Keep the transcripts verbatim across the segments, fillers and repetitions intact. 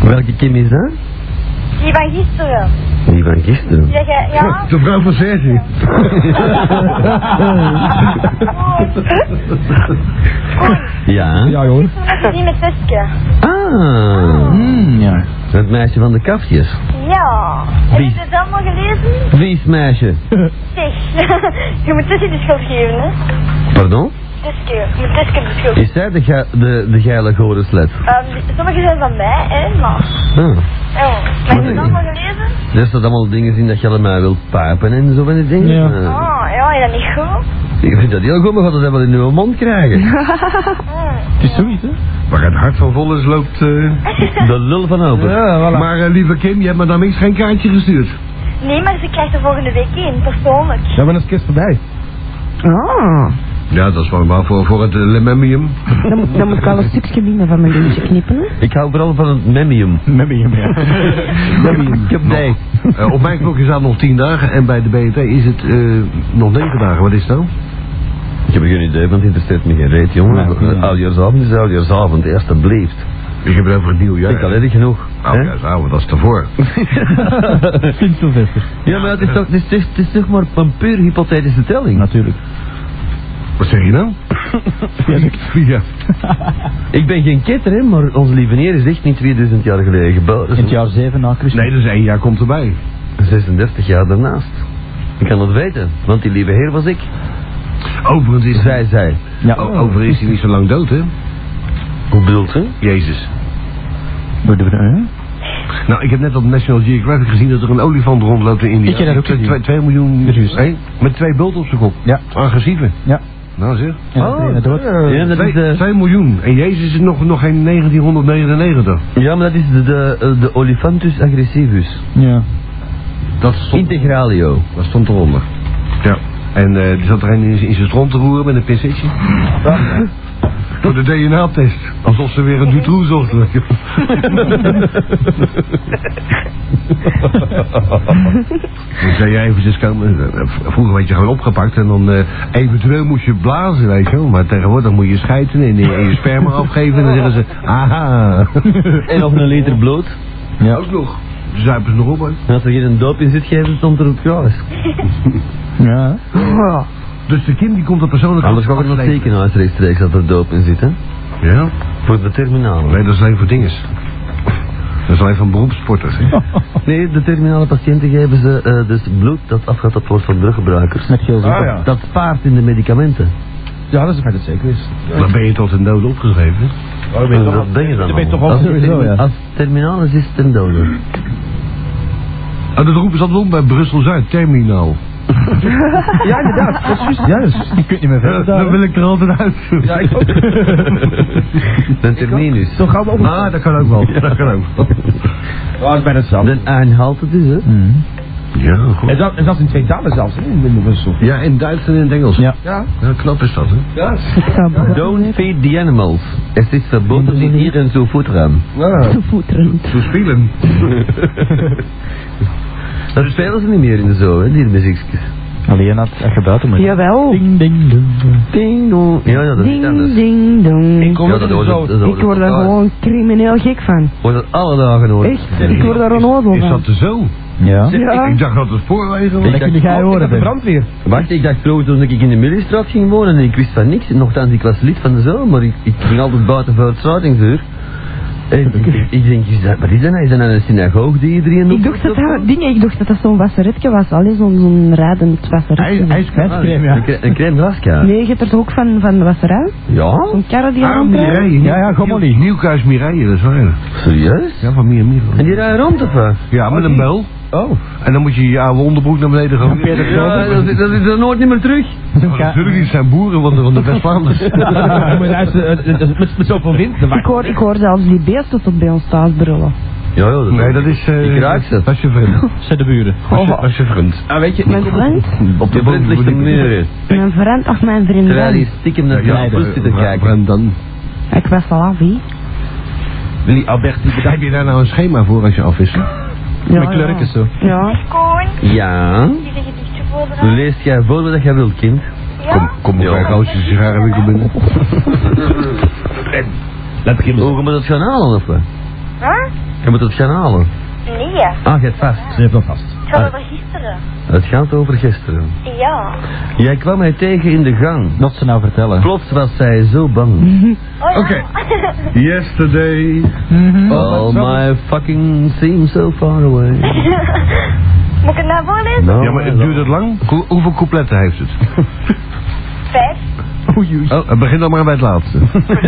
Welke Kim is dat? Die van gisteren. Die van gisteren? Die dat jij, ja? De vrouw van Sergi. Ja? Ja, hoor. Die met Teske. Ah. Mm, ja. Het meisje van de kaftjes. Ja. Heb je het allemaal gelezen? Wie is het meisje? Zeg. Je moet Teske de schuld geven, hè? Pardon? Teske. Je moet Teske de schuld. Is zij de, ge de, de geile goreslet? Um, sommige zijn van mij, hè, maar... Ah. Ja. Maar heb je het allemaal gelezen? Er staat allemaal dingen in dat je allemaal wilt pijpen en zo van die dingen. Ja. Ah. Ah, ja, is dat niet goed? Ik vind dat heel goed, maar gaat dat wel in uw mond krijgen. Mm. Het is zoiets, hè? Waar het hart van vol is, loopt... Uh... De lul van open. Ja, voilà. Maar uh, lieve Kim, je hebt me dan niks geen kaartje gestuurd. Nee, maar ze krijgt er volgende week in, persoonlijk. Ja, maar dat is kerst voorbij. Ah, Ja, dat is wel maar voor, voor het uh, Lememium. dan, moet- dan moet ik wel een stukje binnen van mijn dingetje knippen, hè. Ik hou vooral van het memium. Met me, ja. Ik heb nee. Uh, op mijn klokje staat nog tien dagen en bij de B N T is het uh, nog negen dagen. Wat is het nou? Ik heb geen idee, want het interesseert me geen reet, jongen. Nee, nee. Oudjaarsavond is oudjaarsavond, alstublieft. Ik heb het over het nieuwjaar. Ik al erg genoeg. Oh, hè? ja, zo, dat is tevoor. Sint-Sylvester. Ja, maar het is toch, het is, toch- het is toch maar een puur hypothetische telling. Natuurlijk. Wat zeg je nou? Ja. Ik ben geen ketter, hè, maar onze lieve heer is echt niet tweeduizend jaar geleden geboren. In het jaar zeven na Christus. Nee, dus één jaar komt erbij. zesendertig jaar daarnaast. Ik kan het weten, want die lieve heer was ik. Overigens is, Zij, zij. Ja. o- overigens is hij niet zo lang dood, hè? Hoe bedoelt u? Jezus. Wat doen we dan, hè? Nou, ik heb net op National Geographic gezien dat er een olifant rondloopt in India. Ik heb dat ook Twee- gezien. twee- twee miljoen... Serieus? Hé, met twee bulten op zijn kop. Ja. Agressieve. Ja. Nou zeg. En Oh, dat dood. ja, dat is Twee, de, twee miljoen. En Jezus is nog, nog geen negentienhonderdnegenennegentig. ja, maar dat is de, de, de Olyphantus aggressivus. Ja. Dat stond, Integralio. dat stond eronder. Ja. En eh die zat er een in, in zijn stront te roeren met een pincetje. Voor de D N A-test. Alsof ze weer een Dutroux zochten. weet je. Dan zei je eventjes komen. Vroeger werd je gewoon opgepakt en dan uh, eventueel moest je blazen, weet je wel. Maar tegenwoordig moet je schijten en je, en je sperma afgeven en dan zeggen ze, aha. En nog een liter bloed. Ja. Ook nog. Ze zuipen ze nog op, hè. En als er geen doop in zit geven, stond er op kruis. Ja. Oh. Dus de Kim die komt er persoonlijk Anders gaat het nog afleveren. ziekenhuis rechtstreeks dat er doop in zit, hè? Ja? Voor de terminale. Nee, dat is alleen voor dinges. Dat is alleen van beroepssporters. Hè? Nee, de terminale patiënten geven ze uh, dus bloed dat afgehaald wordt van druggebruikers. Met geel Ah, ja. Dat spaart in de medicamenten. Ja, dat is feit dat zeker is. Dan ben je tot een dood opgeschreven. Oh, En dat ben je dan Dan ben je toch al. al Als, sowieso, ja. als terminalis is het ten dode. Ah, dat roepen ze altijd om bij Brussel-Zuid, terminaal. Ja, inderdaad. Dat is juist. Ja, dat is, je kunt niet meer verder. Ja, dan wil ik er altijd uit. Ja, ik ook. Een terminus. Zo gaan we ook. Ah, dat kan ook wel. Dat kan ook wel. Ja, dat is bijna hetzelfde. Den aanhaalt het dus, hè? Mm. Ja, goed. En dat, en dat is in twee talen zelfs, hè, in de Brussel. Ja, in Duits en in het Engels. Ja. Ja. Ja, knap is dat, hè? Ja. Don't feed the animals. Het is verboden die dieren zo voeteren. Ja, Te voeteren. zo spelen. Dat spelen ze niet meer in de zoo, hè, die muziekjes. Alleen als je buiten moet. Jawel. Ding, ding, ding. Ding dong. Ja, ja, dat is Ding, anders. ding, dong. Ik kom Ja, met dat een hoort zo. het- dat hoort Ik word het daar altijd. gewoon crimineel gek van. Wordt het alle dagen hoor. Echt? Ik word daar een ozel Is van. dat de zo? Ja. Ja. Ik dacht dat het spoorwegen was. Dat kun jij horen, de brandweer. Wacht, ik dacht vroeger toen ik in de Middelstraat ging wonen en ik wist van niks. Nochtans, ik was lid van de zoo, maar ik, ik ging altijd buiten voor het sluitingsdeur. En ik, ik, ik denk, is dat, wat is dat nou? Is dat nou een synagoog die iedereen Ik dacht dat dat, dingen, ik dacht dat dat zo'n wasseretje was. Allee, zo'n zo'n rijdend wasseretje. IJscream, ja. Een, cre- een crème glaska. Nee, je hebt er toch ook van, van de wasserij? Ja? Zo'n karre die er Ah, rondrijdt? Mireille. Ja, ja, Gommeli. Nieuwkuis Mireille, dat is waar. Serieus? Ja, van Mia Mia. En die rijden rond of wat? Ja, met een bel. Oh. En dan moet je je oude onderbroek naar beneden gaan. Peter Ja, dat is, dat is er nooit niet meer terug. Oh, natuurlijk niet, zijn boeren van de, van de West-Vlaanders. Ja, maar luister, eh, eh, met, met zoveel wind. Ik hoor, ik hoor zelfs die beesten tot bij ons thuis brullen. Ja, ja, dat Nee, dat is... eh, Ik raak ze. Dat is je vriend. Zet de buren. Dat is je- dat is je vriend. Ah, weet je, Mijn vriend? Op de vriend ligt een meer. Mijn vriend, ach mijn Terwijl vriendin. die stiekem naar Ja, de poes zit te eh, kijken. En dan... Ik was al af, hè? Willy Alberti, Heb je daar nou een schema voor als je afwisselt? Ja, met kleurtjes zo. Ja. Koen, Ja? die een gedichtje voordragen. Lees jij voor wat jij wilt, kind? Ja? Kom op Ja. bij Roosje sigarenwinkel binnen. Laat ik Hoe gaan we dat gaan halen of wat? Huh? Je moet het gaan halen. Nee, Ah, gaat vast. Ze heeft nog vast. het gaat over gisteren. Het gaat over gisteren. Ja. Jij kwam mij tegen in de gang. Wat ze nou vertellen. Plots was zij zo bang. Oh ja. Oké. Yesterday. All my fucking seems so far away. Moet ik het nou voorlezen? No, Ja, maar het duurt het lang? Hoe- hoeveel coupletten heeft het? Vijf. Oei, oei. Oh, begin dan maar bij het laatste.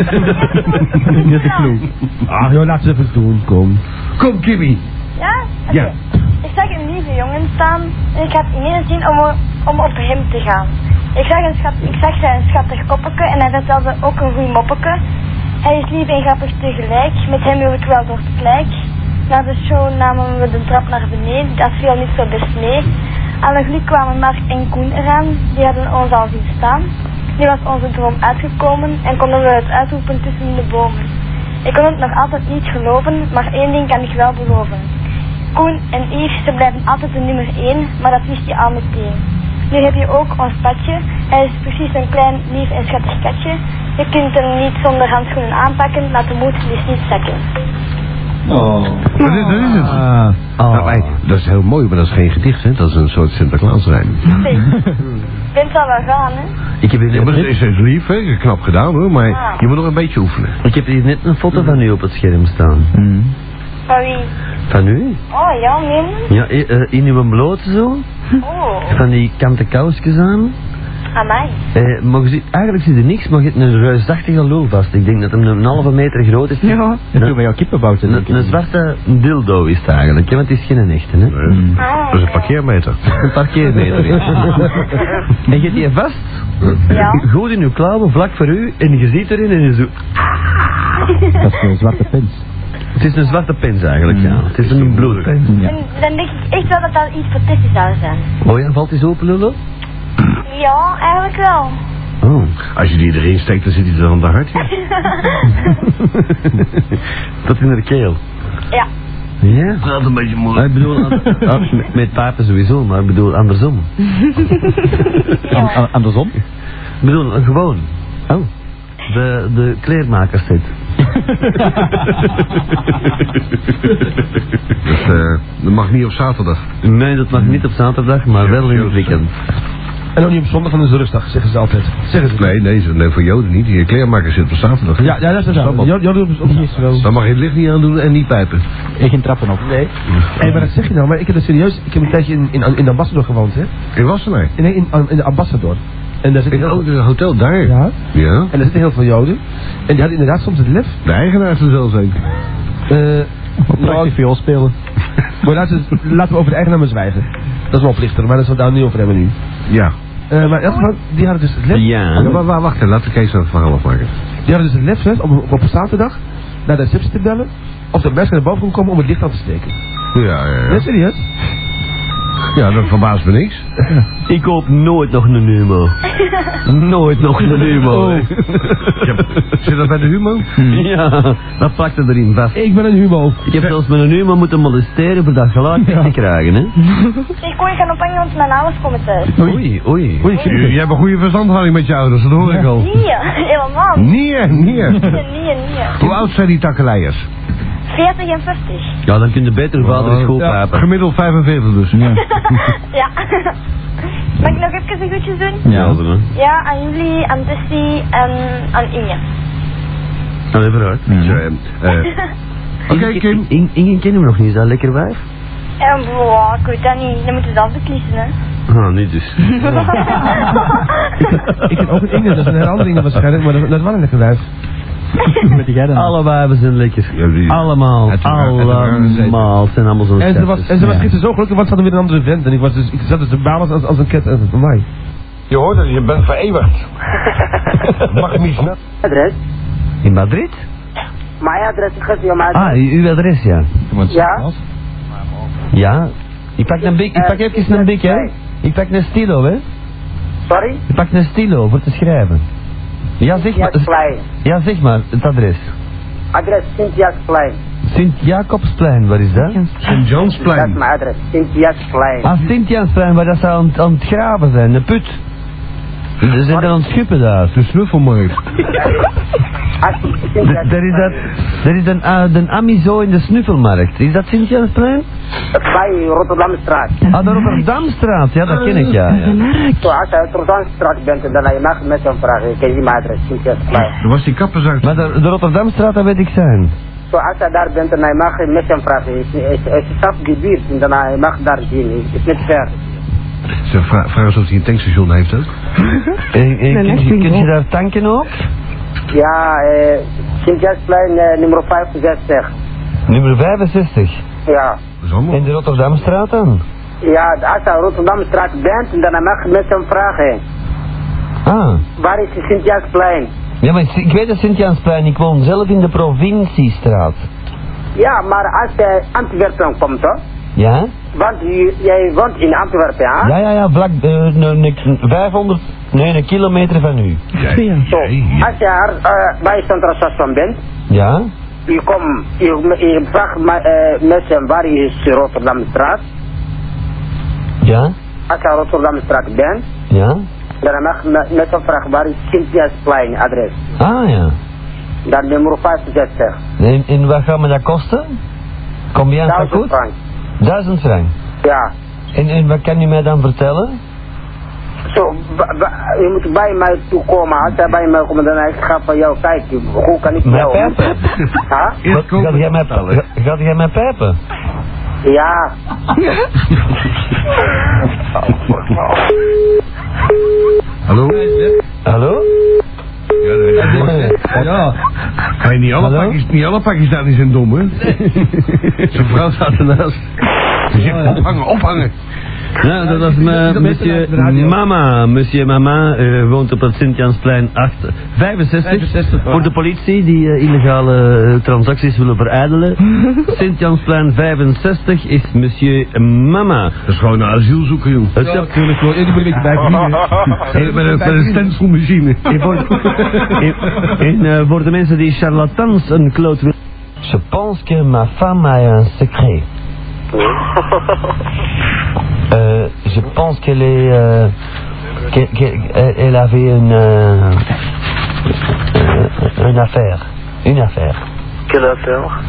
Net de clue. Ah, joh, laat ze even doen, kom. Kom, Kimmy. Ja? Oké. Ja. Ik zag een lieve jongen staan en ik had ineens zin om, om op hem te gaan. Ik zag, een schat, ik zag zijn schattig koppeke en hij vertelde ook een goed moppeke. Hij is lief en grappig tegelijk, met hem wil ik wel door het gelijk. Na de show namen we de trap naar beneden, dat viel niet zo best mee. Alle geluk kwamen Mark en Koen eraan, die hadden ons al zien staan. Nu was onze droom uitgekomen en konden we het uitroepen tussen de bomen. Ik kon het nog altijd niet geloven, maar één ding kan ik wel beloven. Koen en Yves, ze blijven altijd de nummer één, maar dat wist je al meteen. Nu heb je ook ons Patje, hij is precies een klein, lief en schattig katje. Je kunt hem niet zonder handschoenen aanpakken, laat de moed dus niet zakken. Oh. Dat is, dat is het. Ah. Nou, wij- dat is heel mooi, maar dat is geen gedicht, hè? Dat is een soort Sinterklaasrijm. Zeg, vindt al wel gaan, hè? Ik heb hier Ja, maar net, dat is, is lief, hè? Knap gedaan, hoor. Maar je moet nog een beetje oefenen. ik heb hier net een foto van u op het scherm staan. Hmm. Van wie? Van u? Oh ja, neem. Ja, i- eh, in uw blote zo. Oh, Van die kanten kousjes aan. amai. Eh, maar je ziet, eigenlijk zit er niks, maar je hebt een reusachtige lul vast. Ik denk dat hem een halve meter groot is. Ja. En toen bij jouw kippenbouten, denk Een, ik. een zwarte dildo is het eigenlijk, hè, want het is geen echte, hè. Nee, Ah, dat is een parkeermeter. Een parkeermeter. En je hebt die vast, Ja. goed in uw klauwen, vlak voor u, en je ziet erin en je zo... Dat is een zwarte pens. Het is een zwarte pens eigenlijk, ja. Het is een bloedpens. Ja. En dan denk ik echt wel dat dat iets voor Tessie zou zijn. Oh ja, valt die zo open lullen? Ja, eigenlijk wel. Oh. Als je die erin steekt, dan zit hij er aan de hart. Ja. Tot in de keel. Ja. Ja? Dat gaat een beetje Maar moeilijk. ik bedoel, aan- ah, met, met papen sowieso, maar ik bedoel andersom. Aan, aan, aan de zon? Ik bedoel, eh, gewoon. Oh. De, de kleermakerset. Dus, eh, dat mag niet op zaterdag. Nee, dat mag niet op zaterdag, maar wel in het weekend. En ook niet op zondag, dan is het rustdag, zeggen ze altijd. Zeggen ze. Nee, nee, nee, voor Joden niet. Die kleermaker zit op zaterdag. Ja, ja, dat is zo. Joden op Israël. Dan mag je het licht niet aandoen en niet pijpen. En geen trappen op. Nee. Hé, maar dat zeg je nou, maar ik heb het serieus. Ik heb een tijdje in, in, in de Ambassador gewoond, hè? In Wassenaar. Nee, in, in de Ambassador. En daar zit In heel oh, een hotel daar. Ja. Ja. En daar zitten heel veel Joden. En die hadden inderdaad soms het lef. De eigenaar zou zelf zijn. eh Nou, viool spelen. Maar laten, we- laten we over de eigenaar maar zwijgen. Dat is wel plichter, maar dat is wat we daar niet over hebben nu. Ja. Eh, maar in elk geval, die hadden dus het lef. Ja. Ja, maar, maar wacht, laat de Kees aan het verhaal afmaken. Die hadden dus het lef, hè, om op, op een zaterdag naar de receptie te bellen. Of de mensen naar boven kon komen om het licht aan te steken. Ja, ja, Ja, ja. serieus? Ja, dat verbaast me niks. Ik koop nooit nog een Humo. Nooit nog een Humo. Oh. Ja, zit dat bij de Humo? Ja, dat plakte erin vast. Ik ben een humo. Ik heb zelfs met een Humo moeten molesteren voor dat geluid weg te krijgen, hè. Ik kon je gaan ophangen, want mijn ouders komen thuis. Oei, oei. Oei, Je, je hebt een goede verstandhouding met je ouders, dat hoor ik al. Nee, helemaal niet. Nee, nee. Nee, nee, nee. Hoe oud zijn die takkeleiers? veertig en vijftig. Ja, dan kun je beter vader Oh, schoolpapen. Gemiddeld vijfenveertig dus. Ja. Ja. Mag ik nog even een goedje doen? Ja, dat is Ja, aan jullie, aan Tessie en aan Inge. Nou, even uit. Dus, eh, eh, Oké, Kim. Inge Inge kennen we nog niet, is dat lekker wijf? En boah, ik weet dat niet. Dan moeten we zelf beslissen, hè. Ah, niet dus. Ik heb ook een Inge, dat is een hele andere Inge waarschijnlijk, maar dat, dat is wel een lekker wijf. Met die jij dan? Alle wijven zijn lekker. Ja, die- Allemaal, Het waren- het waren allemaal. Het zijn allemaal zo'n En ze was, en ze was Ja. gisteren zo gelukkig, want ze hadden weer een andere vent. En ik, was dus, ik zat dus te balen als, als een ket en van mij. Je hoort het, je bent vereeuwigd. Mag niet snel. Adres? In Madrid? Mijn adres is gezien, maar Ah, uw uw adres, ja. Ja? Ja. Ik pak een bik, ik pak even een bik, hè. Ik pak een stilo, hè. Sorry? Ik pak een stilo voor te schrijven. Ja, zeg maar. Sint-Jacobsplein. Ja, zeg maar, het adres. Adres Sint-Jacobsplein. Sint-Jacobsplein, waar is dat? Sint Dat is Johnsplein. mijn adres. Sint-Jacobsplein. Ah, Sint-Jansplein, waar dat ze aan, aan het graven zijn, de put. Ze zijn er aan het schuppen daar. De snuffelmarkt. Er is, dat, er is een, uh, een Amizo in de snuffelmarkt. Is dat Sint-Jansplein? Bij Rotterdamstraat. Ah, de Rotterdamstraat. Ja, dat ken ik, ja. ja. Zo, als je uit Rotterdamstraat bent, dan je mag met hem vragen. Ik ken je mijn adres, Sint-Jansplein. Er was die kapperzak. Maar de, de Rotterdamstraat, dat weet ik zijn. Zo, als je daar bent, dan je mag met hem vragen. Het is, het is afgebied en dan je mag daar zien. Het is niet ver. Ze vra vragen of hij een tankstation heeft ook. En, en, kun, je, kun je daar tanken ook? Ja, eh, Sint-Jansplein uh, nummer vijfenzestig. Nummer vijfenzestig. Ja. Dat is allemaal. In de Rotterdamstraat dan? Ja, als je Rotterdamstraat bent, dan mag je met hem vragen. Ah. Waar is de Sint-Jansplein? Ja, maar ik weet dat Sint-Jansplein, ik woon zelf in de Provinciestraat. Ja, maar als je Antwerpen komt, hoor. Ja? Want je, jij woont in Antwerpen, hè? Ja, ja, ja, vlak, uh, ne, ne, vijfhonderd, nee, een kilometer van u. Ja. Zo, als je er, uh, bij het Centraal Station bent, Ja? je komt, je, je vraagt uh, mensen waar is Rotterdamstraat. Ja? Als je Rotterdamstraat bent, Ja? dan mag je mensen vragen waar is Sint-Jansplein adres. Ah, ja. Dan nummer vijfenzestig. En, en wat gaat me dat kosten? Combien ça Duizend coûte? frank. Duizend frank. Ja. En, en wat kan u mij dan vertellen? Zo, je moet bij mij toe komen. Als jij bij mij komt, dan ga ik ga van jou kijken. Hoe kan ik Mijn jou... pijpen? Ha? Wat, gaat jij mij, ga- gaat jij mij pijpen? Ja. Hallo? Hallo? Ja, dat is Ja. Kan je niet alle, Hallo? Pakis, niet alle Pakistanis zijn dom, hè? Zijn vrouw staat ernaast. Ze zegt ophangen, ophangen. Ja, dat was me, monsieur Mama. Monsieur Mama uh, woont op het Sint-Jansplein acht, vijfenzestig. vijfenzestig, Voor de politie die uh, illegale uh, transacties willen verijdelen. Sint-Jansplein vijfenzestig is monsieur Mama. Dat is gewoon een asielzoeker, joh. Het Ja, is natuurlijk. Gewoon, die moet een beetje bijvliegen. Met een, met een stencilmachine. En voor, en, en, uh, voor de mensen die charlatans een kloot willen. Je pense que ma femme a un secret. Euh, je pense qu'elle est, euh, qu'elle, qu'elle elle avait une, euh, euh, une affaire, une affaire. Quelle affaire?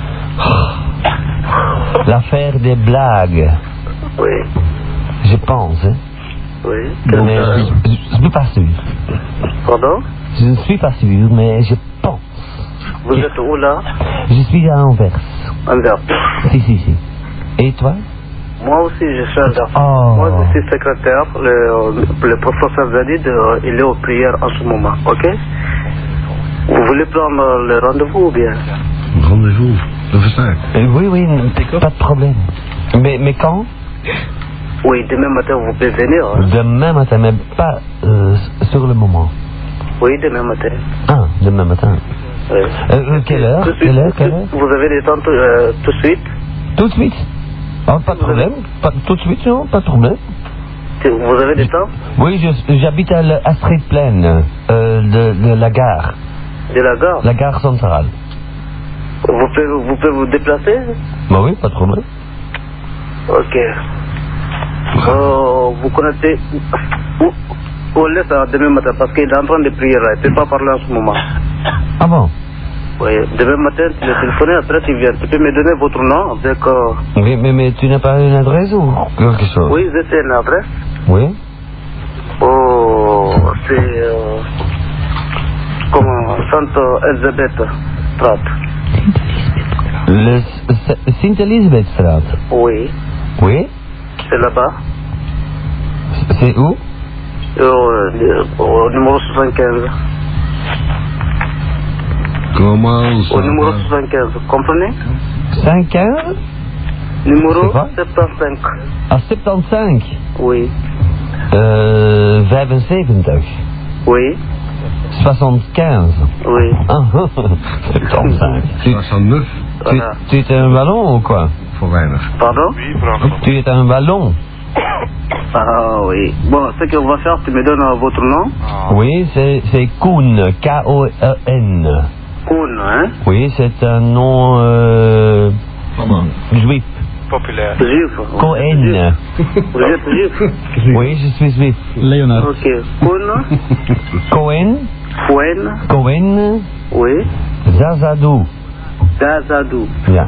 L'affaire des blagues, Oui, je pense. Hein. oui. Quelle Mais affaire? je, je, je suis pas sûr. Pardon? Je ne suis pas sûr, mais je pense. Vous êtes où là? Je suis à Anvers. Anvers. Si, si, si. Et toi? Moi aussi je suis Anvers. Oh. Moi je suis secrétaire. Le, le professeur Zadid, euh, il est aux prières en ce moment, ok? Vous voulez prendre le rendez-vous ou bien? Rendez-vous, dat versta ik. Euh, Oui, oui, pas de problème. Mais, mais quand? Oui, demain matin vous pouvez venir. Hein? Demain matin, mais pas euh, sur le moment. Oui, demain matin. Ah, demain matin. Oui. Euh, euh, quelle heure? Tout de suite, Quelle heure? Quelle tout- heure? Vous avez des temps tout, euh, tout de suite? Tout de suite? Oh, pas de problème. Pas, tout de suite, non? Pas de problème. Vous avez des temps? Oui, je- j'habite à, la- à Streetplain, euh, de, de la gare. De la gare? La gare centrale. Vous pouvez vous, pouvez vous déplacer? Bah oui, pas de problème. Ok. Euh, vous connaissez... Où- On laisse à demain matin parce qu'il est en train de prier là. Il ne peut pas parler en ce moment. Ah bon? Oui. Demain matin, tu le téléphones, après tu viens. Tu peux me donner votre nom avec... Euh... Mais, mais, mais tu n'as pas une adresse ou quelque chose? Oui, c'est une adresse. Oui? Oh, c'est... Euh... Comment? Sainte Elisabeth Straat. Le Sint-Elisabethstraat. Oui. Oui? C'est là-bas. C'est où? Euh, au numéro soixante-quinze. Comment Au numéro soixante-quinze, comprenez? cinq quinze? Numéro C'est quoi? soixante-quinze. À soixante-quinze? Oui. Euh, vijfenzeventig. Oui. soixante-quinze. Oui. Ah, soixante-quinze. Tu, soixante-neuf, tu, Voilà. tu es un ballon ou quoi? voor weinig. Pardon? Tu es un ballon? Ah oui. Bon, ce qu'on va faire, tu me donnes euh, votre nom? Oui, c'est c'est Koen, K O E N. Koen, hein? Oui, c'est un nom euh, juif. populaire. Juif. Cohen. Vous êtes juif? Oui, je suis juif. Leonard. Ok. Koen? Cohen. Cohen? Cohen. Oui. Zazadou. Zazadou. Ja.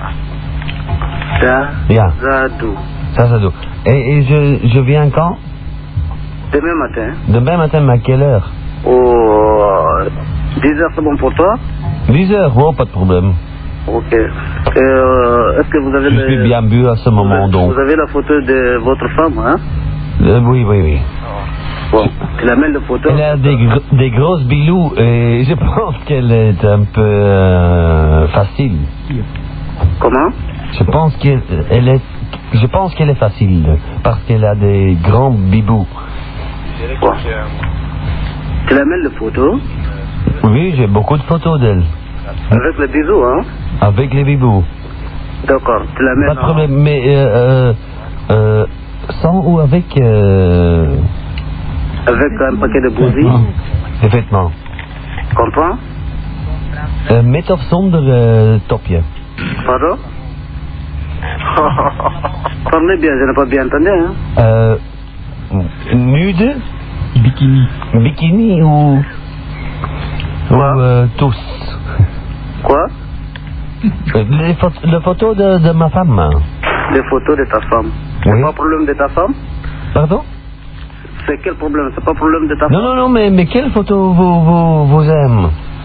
Ja. Zazadou. Zazadou. Et, et je, je viens quand? Demain matin. Demain matin, mais à quelle heure? Oh, dix heures, c'est bon pour toi? dix heures, oh, pas de problème. Ok. Euh, Est-ce que vous avez... Je le... suis bien bu à ce moment, vous, donc. Vous avez la photo de votre femme, hein? Euh, oui, oui, oui. Bon, tu l'amènes la photo? Elle a des, gr des grosses bilous et je pense qu'elle est un peu euh, facile. Comment? Je pense qu'elle elle est... Je pense qu'elle est facile parce qu'elle a des grands bibous. Quoi? Tu l'amènes la photo? Oui, j'ai beaucoup de photos d'elle. Avec les bisous, hein? Avec les bibous. D'accord, tu l'amènes... Pas de problème, mais euh, euh, euh, sans ou avec... Euh... Avec un paquet de bougies? Des vêtements. Comprends? Uh, met of zonder uh, topje? Pardon? Parlez bien, je n'ai pas bien entendu, hein? Euh, nude? Bikini. Bikini ou... Quoi? Ou euh, tous? Quoi? Les photos, la photo de, de ma femme. Les photos de ta femme. C'est Oui. pas problème de ta femme? Pardon? C'est quel problème? C'est pas problème de ta femme? Non, non, non, mais, mais quelle photo vous, vous, vous aimez?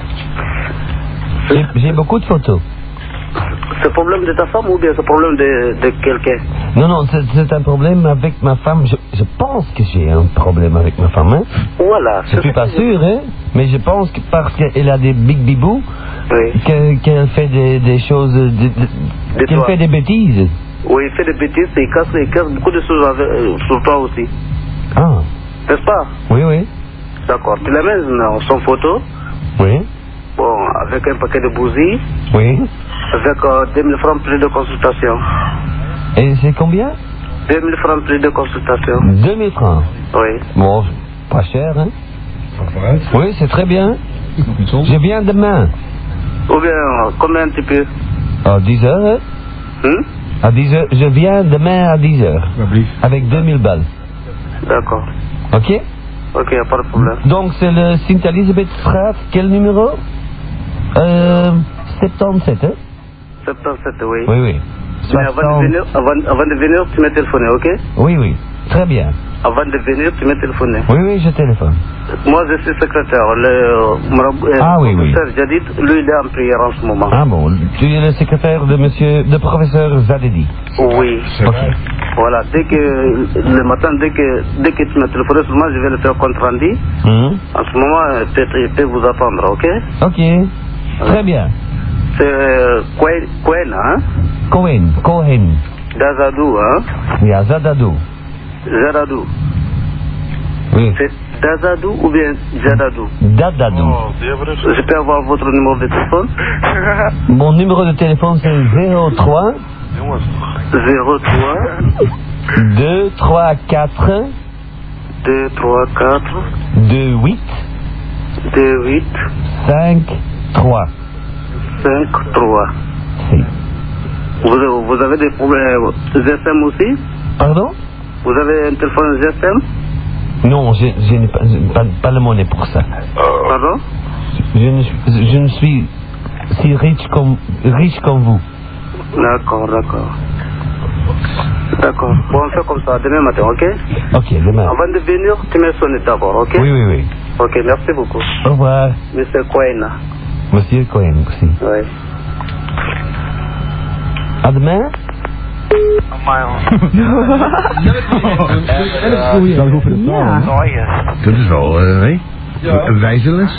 J'ai- J'ai beaucoup de photos. C'est problème de ta femme ou bien c'est problème de, de quelqu'un? Non, non, c'est c'est un problème avec ma femme. Je, je pense que j'ai un problème avec ma femme, hein? Voilà. Je suis pas sûr, hein? Mais je pense que parce qu'elle a des big bibous, Oui. que- qu'elle fait des, des choses, de- de- De qu'elle toi. fait des bêtises. Oui, il fait des bêtises, il casse, il casse beaucoup de choses avec, euh, sur toi aussi. Ah, N'est-ce pas? oui, oui, D'accord. Tu l'amènes non, son photo? oui, Bon, avec un paquet de bougies, oui. avec euh, deux mille francs plus de consultation. Et c'est combien? deux mille francs plus de consultation. deux mille francs. Oui. Bon, pas cher, hein? Oui, c'est très bien. Gezond. Je viens demain. Ou bien, euh, combien tu peux? À dix heures, hein? Hum? À dix heures. Je viens demain à dix heures. Alsjeblieft. Avec deux mille balles. D'accord. Ok? Ok, y a pas de problème. Donc c'est le Sint-Elisabethstraat. Quel numéro? Euh, soixante-dix-sept, hein? soixante-dix-sept, oui. Oui, oui. Mais avant de, venir, avant, avant de venir, tu m'as téléphoné, ok? Oui, oui. Très bien. Avant de venir, tu m'as téléphoné. Oui, oui, je téléphone. Moi, je suis secrétaire. Le, euh, marab- euh, Ah, oui, oui. professeur Jadid, lui, il est en prière en ce moment. Ah bon, tu es le secrétaire de monsieur, de professeur Zadedi. Oui. Ok. Voilà, dès que, le matin, dès que, dès que tu m'as téléphoné, seulement, je vais le faire compte rendu. Hum. En ce moment, euh, peut-être, il peut vous attendre, ok? Ok. Très bien. C'est euh, Cohen, Cohen, hein? Cohen, Cohen. Dazadou, hein? Ja, Zadadou. Zadadou. Oui. C'est Dazadou ou bien Zadadou? Dadadou. Je peux avoir votre numéro de téléphone? Mon numéro de téléphone c'est zéro trois zéro trois deux trois quatre deux trois quatre deux huit deux huit cinq trois. cinq trois. Si. Vous avez, vous avez des problèmes G S M aussi? Pardon? Vous avez un téléphone G S M? Non, je, je n'ai pas, pas, pas le monnaie pour ça. Pardon? Je ne, suis- je ne suis si riche comme, riche comme vous. D'accord, d'accord. D'accord. Bon, on fait comme ça, demain matin, ok? Ok, demain. Avant de venir, tu me sonnes d'abord, ok? Oui, oui, oui. Ok, merci beaucoup. Au revoir. Monsieur Cohen. Monsieur Cohen aussi. Oui. À demain? Dat is goed voor de taal. Ja. Dat is wel, eh, nee? Een wijze les.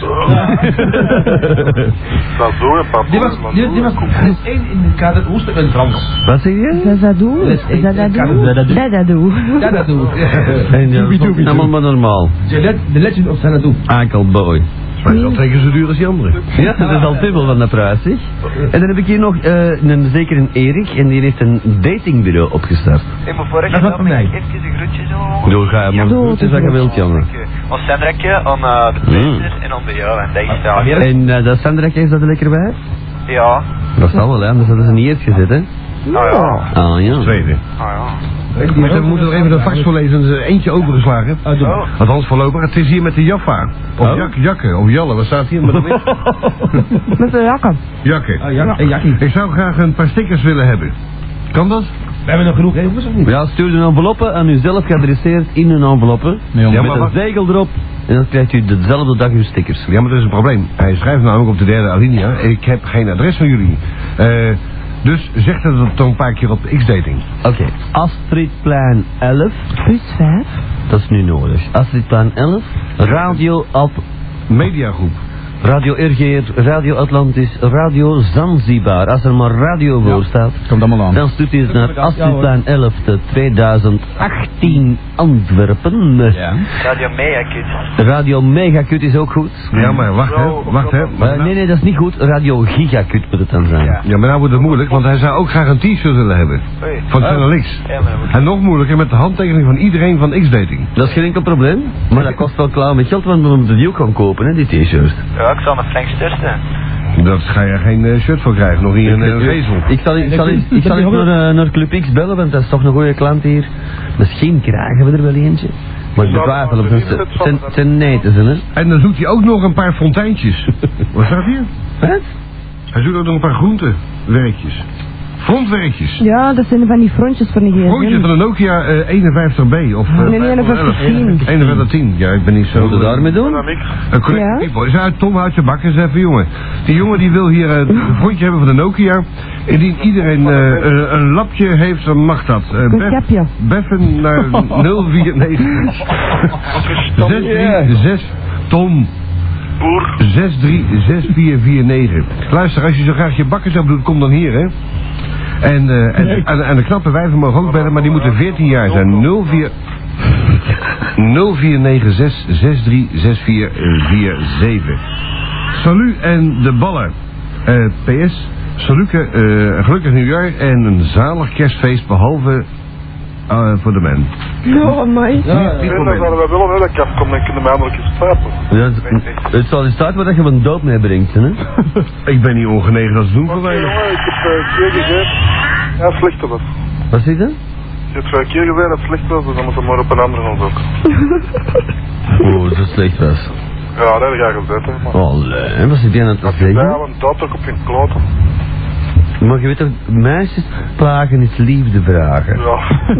Die was, die, die was les één in het kader Oester en Frans. Wat zeg je? Zazadou. Les één. Zadadou. Dadadou. Ja, dat doe ik. En ja, allemaal maar normaal. De legend of Xanadu. Akelboy. Maar dat is al twee keer zo duur als die andere. Ja, dat is al dubbel van de prijs, zeg. En dan heb ik hier nog uh, een, zeker een Erik en die heeft een datingbureau opgestart. Dat is wat voor mij. Even een groetje zo. Doe, ga je maar Doe, goed, is dat je wilt, jongen. Ons Sandrakje, aan uh, de pleister en aan de jou. En deze staat. En uh, dat Sandrak, is dat er lekker bij? Ja. Dat zal wel, hè, anders hadden ze niet eerst gezet, hè. Ja. Ah ja. Tweede. Ah ja. Maar we moeten nog even de fax voorlezen. Er is eentje opengeslagen. Oh. Althans voorlopig. Het is hier met de Jaffa. Of Oh. Jak, Jakke. Of Jalle. Wat staat hier? Met de Met de jakken. Jakke. Ah, ja, en Jackie. Ik zou graag een paar stickers willen hebben. Kan dat? We hebben nog genoeg regels of niet? Ja, stuur een enveloppe aan uzelf geadresseerd in een enveloppe. Nee, Ja, Met maar een wat- zegel erop. En dan krijgt u dezelfde dag uw stickers. Ja, maar dat is een probleem. Hij schrijft namelijk op de derde alinea. Ik heb geen adres van jullie. Eh, dus zeg dat dan een paar keer op de X-dating. Oké. Astridplein elf. Plus vijf. Dat is nu nodig. Astridplein elf. Radio At... Mediagroep. Radio Ergeer, Radio Atlantis, Radio Zanzibar. Als er maar radio voor staat, Komt allemaal aan. dan stuurt u het naar Astridplein elf te tweeduizend achttien Antwerpen. Ja. Radio Megakut. Radio Megakut is ook goed. Ja, maar wacht hè. Wacht hè. Maar Eh, nee, nee, dat is niet goed. Radio Gigakut moet het dan zijn. Ja. Ja, maar nou wordt het moeilijk, want hij zou ook graag een t-shirt willen hebben. Oei. Van Channel X. Ja, maar dat moet- En nog moeilijker met de handtekening van iedereen van X-dating. Dat is geen enkel probleem. Maar dat kost wel klaar met geld, want we moeten die ook gaan kopen, hè, die t-shirt. Ja, ik zal met Frank Stursten. Dat ga je geen eh, shirt voor krijgen, nog niet een uh, vezel. Ik zal, ik zal, ik zal eens naar, eh, naar Club X bellen, want dat is toch een goede klant hier. Misschien krijgen we er wel eentje. Maar ik betwijfel of het zijn- zijn- het zijn neten, hè. En dan zoekt hij ook nog een paar fonteintjes. Wat staat hier? Wat? Hij zoekt ook nog een paar groentewerkjes. Frontwerkjes. Ja, dat zijn van die frontjes voor een gsm. Frontjes van een Nokia eh, eenenvijftig B of... eh, Nee, nee, eenenvijftig tien. eenenvijftig tien. Ja, ik ben niet zo... Wat we daarmee doen? Een correct Ja? people. Is uit Tom, houd je bak eens even, jongen. Die jongen die wil hier eh, een frontje hebben van de Nokia. Indien iedereen eh, een, een lapje heeft, dan mag dat. Eh, Een Bef- kapje. Beffen naar nul vier negen zes drie zes Tom. Boer. zes drie zes vier vier negen. Luister, als je zo graag je bakkers op doet, kom dan hier, hè. En, eh, en, en, en de knappe wijven mogen ook bellen, maar die moeten veertien jaar zijn. nul vier nul vier negen zes zes drie zes vier vier zeven. Salut en de ballen. Eh, P S, Saluke, eh, een gelukkig nieuwjaar en een zalig kerstfeest, behalve eh, voor de man. Oh, my. Niet- niet voor mij. we willen hè, dat ik afkom, dan kunnen we namelijk eens slapen. Ja, het, het zal in staat waar dat je een dood meebrengt, hè. Ik ben niet ongenegen dat te doen voor mij. ik heb twee keer gezegd. Ja, slechter was. Wat zit er? Je hebt twee keer gezegd dat het slecht was, dus dan moeten we maar op een andere gaan zoeken. Oh, dat is slecht was. Ja, dat ga ik gezegd, hè. Maar... Allee, wat zit jij nou te Ja, zeggen? want dat ook op je kloten. Maar je weet toch, meisjes plagen is liefde vragen. Ja.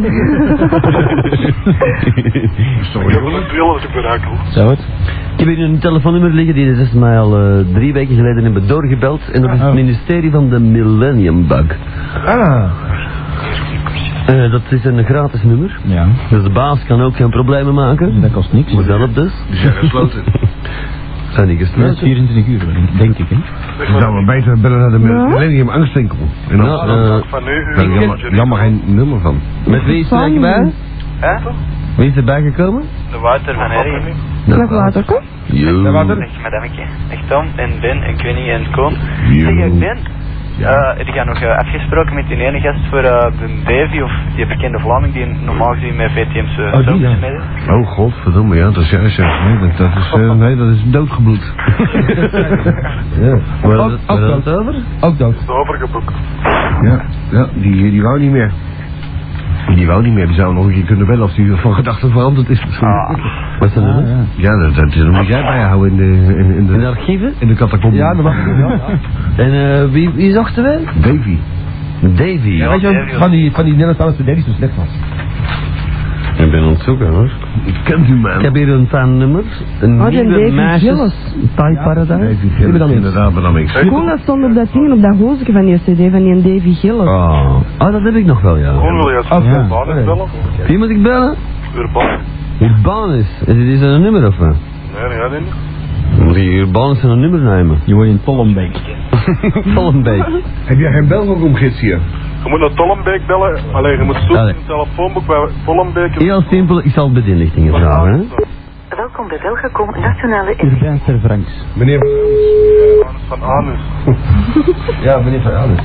Sorry, Ik heb jongen. een tweelertje berakel. Zou het? Ik heb hier een telefoonnummer liggen die is mij al uh, drie weken geleden hebben doorgebeld. En dat is het ministerie van de Millennium Bug. Ah. Uh, dat is een gratis nummer. Ja. Dus de baas kan ook geen problemen maken. Dat kost niks. Zelf dus. Die zijn gesloten. Zijn die Ja, dat is gesloten? vierentwintig uur, denk ik, hè. Dan zouden we beter bellen naar de Millennium Angstwinkel. En dan, Nou, uh, Van nu, daar heb ik jammer, jammer geen nummer van. met wie is er eigenlijk bij? Hè? Wie is erbij gekomen? De Wouter van Herrie. Nog later, kom. Yo. Ja, wat er? Echt, madametje. Echt Tom en Ben en Quinny en Koen. Yo. Zeg, Ben. Ja. die gaan nog uh, afgesproken met die ene gast voor uh, de Davy, of die bekende Vlaming die normaal gezien met V T M's uh, Oh, die, ja. mee. Oh godverdomme, ja, dat is juist. Ja. Nee, dat, dat is, uh, nee, dat is doodgebloed. Ja, Waar Ook- is het- ook waar is het dood. over? Ook dood. De overgeboekt. ja, ja die, die wou niet meer. Die wou niet meer, die zou nog een keer kunnen bellen of die van gedachten veranderd is. Ah. Wat is dat nummer? ja. Ja, dat, dat is nog niet jij bijhouden in de, in, in In de de, archieven? in de catacomben. Ja, dat mag. Ja. En uh, wie, wie zochten wij? Davy. Davy. Ja, weet je wel, van die, van die Nederlandse studenten zo slecht was. Ik ben aan het zoeken hoor. Kent u man? Ik heb hier een fan-nummer. Een Oh, die nieuwe Davy meisjes. Gillis. Thai Paradise. Davy ben dan Gillis, eens. inderdaad, maar dan niks. Cool, dat stond op dat ding, op dat hoesje van die cd, van die Davy Gillis. Oh. oh, dat heb ik nog wel, ja. Gewoon wil je als Oké. Urbanus bellen? Wie moet ik bellen? Urbanus? Urbanus. Is dit een nummer of wat? Nee, nee, nee. Moet je Urbanus een nummer nemen? Je wordt in Tollenbeek. Vollenbeek. Heb jij geen belgomgids hier? Je moet naar Tollenbeek bellen, alleen je moet zoeken Allee. in het telefoonboek bij Tollenbeek. Heel simpel, ik zal bedinlichtingen vragen. Hè? Welkom bij Belgacom Nationale Urbain ter Franks. Meneer Van Anus. Ja, meneer Van Alles.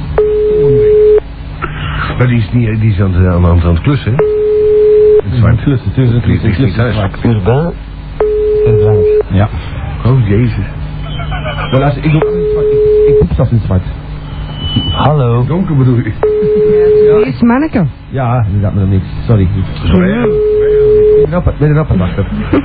Maar die is, niet, die is aan, het, aan, het- aan het klussen, hè? Het is zwart. Klus, het is een Die is niet thuis. Urbain ter Franks. Ja. Oh, jezus. Maar luister, ik doe alles in zwart. Ik, ik poep zelfs in zwart. Hallo. Donker bedoel je? Wie is manneke? Ja, dat gaat me nog niks. Sorry. Sorry. Ben je erop wachten?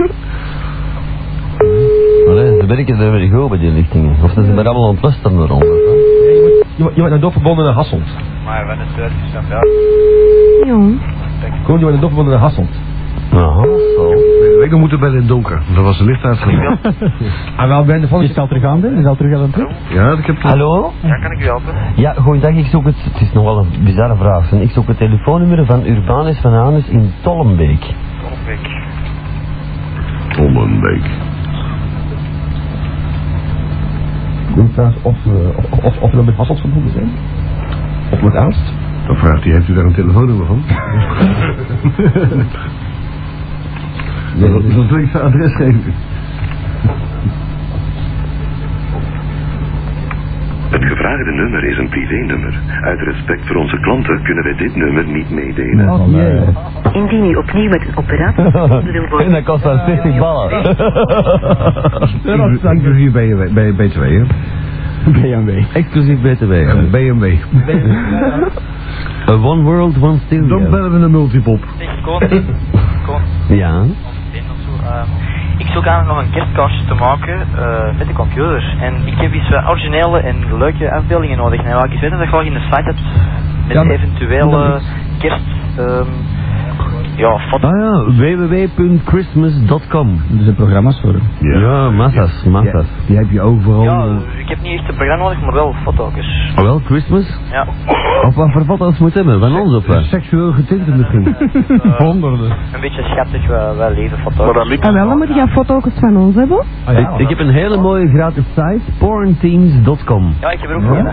Allee, ze werken er weer goed bij die lichtingen. Of ze zijn er allemaal aan het luisteren eronder. Je wordt naar dof verbonden naar Hasselt. Maar we hebben het dan wel. Jong. Kom, je wordt naar dof verbonden naar Hasselt. Aha, zo. Ik we moeten bellen in het donker. Dat was de licht uitgegaan. En wel ben de volgende. Is het al terug aan, hè? Is het al terug aan het terug? Ja, ik heb... Hallo? Ja, kan ik u helpen? Ja, goeiedag, ik zoek het... Het is nog wel een bizarre vraag. Ik zoek het telefoonnummer van Urbanus van Aanes in Tollenbeek. Tollenbeek. Tollenbeek. Ik weet trouwens of, uh, of, of, of we dan met Hasselt verbonden zijn. Of met Aalst. Dan vraagt hij, heeft u daar een telefoonnummer van? Nee, Dan dan wil ik zijn adres geven. Het gevraagde nummer is een privé-nummer. Uit respect voor onze klanten kunnen wij dit nummer niet meedelen. Oh jee. Indien u opnieuw met een operator wil worden... En dat kost dan zestig ballen. Inclusief B M W, hè? B M W. Exclusief B T W. Ja, B M W. A one world, one stereo. Dan bellen we een multipop. Zeg, Koon. Koon. Ja. Uh, ik zoek eigenlijk nog een kerstkaartje te maken uh, met de computer. En ik heb iets uh, originele en leuke afbeeldingen nodig. En wat ik eens weten dat je gewoon in de site hebt met Ja, maar- eventuele kerst... Um, ja, foto's. Ah ja, w w w punt christmas punt com. Er zijn programma's voor. Ja, Ja, massa's, massa's. Ja, die heb je overal. Ja, ik heb niet echt een programma nodig, maar wel foto's. Oh wel, Christmas? Ja. Of wat voor foto's moet hebben? Van ons of wat? Seksueel getinte misschien. Uh, Honderden. een beetje schattig, wel, wel leven foto's. En wel, dan moet je foto's van ons hebben. Ah, ja. Ik, ik heb een hele mooie gratis site, pornteams punt com. Ja, ik heb er ook een.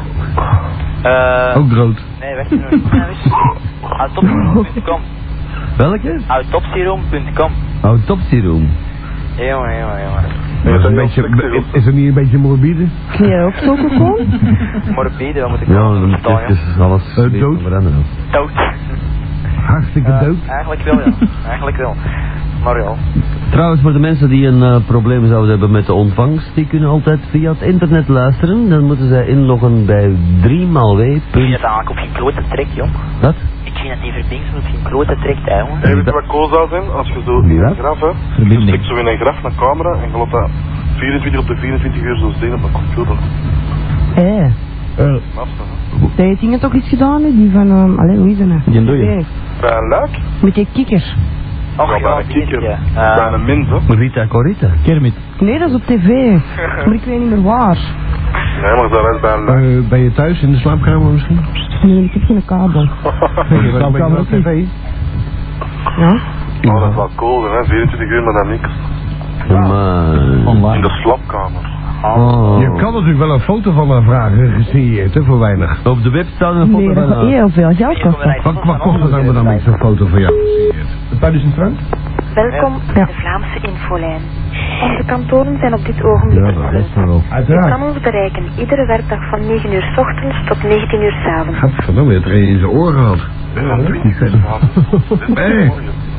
Uh, Ook rood. Nee, wacht even. Autopsyroom punt com. Welke? Autopsyroom punt com. Oh, Topsyroom. Ja, jongen, jongen, jongen. Dat is, een beetje, is het niet een beetje morbide? Kun je ook zo komen? Morbide, wat moet ik Ja, nou dan moet ik verstaan, ja? even alles Uh, dood? veranderen. Dood. Hartstikke Uh, dood. eigenlijk wel, ja. Eigenlijk wel. Maar ja. Trouwens, voor de mensen die een uh, probleem zouden hebben met de ontvangst, die kunnen altijd via het internet luisteren. Dan moeten zij inloggen bij drie maal w. Ik vind het eigenlijk op geen klote trek, joh. Wat? Ik vind dat die verbinding op geen klote trekt, hè, jongen. En weet je wat cool zou zijn? Als je zo in een graf hebt, je stikt zo in een graf een camera en je laat dat vierentwintig op de vierentwintig uur zo zien op een computer. Hé. Uh, Dat heeft dingen toch iets gedaan, hè? Die van, um, allee, hoe is dat nou? Die doe je. Bij een luik? Met die kikker. Och, Ja, bij een kikker. Bij een mint, hè? Rita Corita. Kermit. Nee, dat is op tv. Maar ik weet niet meer waar. Nee, maar dat is bij een luik. Uh, ben je thuis in de slaapkamer misschien? Nee, ik heb geen kabel. Ben je slaapkamer op tv? Ja? Oh, dat is wel cool, hè? vierentwintig uur, maar dan niks. Maar... In Online. de slaapkamer. Oh. Je kan natuurlijk wel een foto van haar vragen, gesigneerd, hè, voor weinig. Op de web staat een foto Nee, dat van gaat haar. heel veel geld kosten. Wat, wat kost het dan dan met zo'n foto van jou gesigneerd? een paar duizend frank? Welkom bij de Vlaamse infolijn. Onze kantoren zijn op dit ogenblik Ja, dat is wel. gesloten. Je Uiteraard. kan ons bereiken iedere werkdag van negen uur 's ochtends tot negentien uur 's avonds. Gadverdamme, je hebt er een in zijn oor gehad. Ja, natuurlijk niet verder. Nee.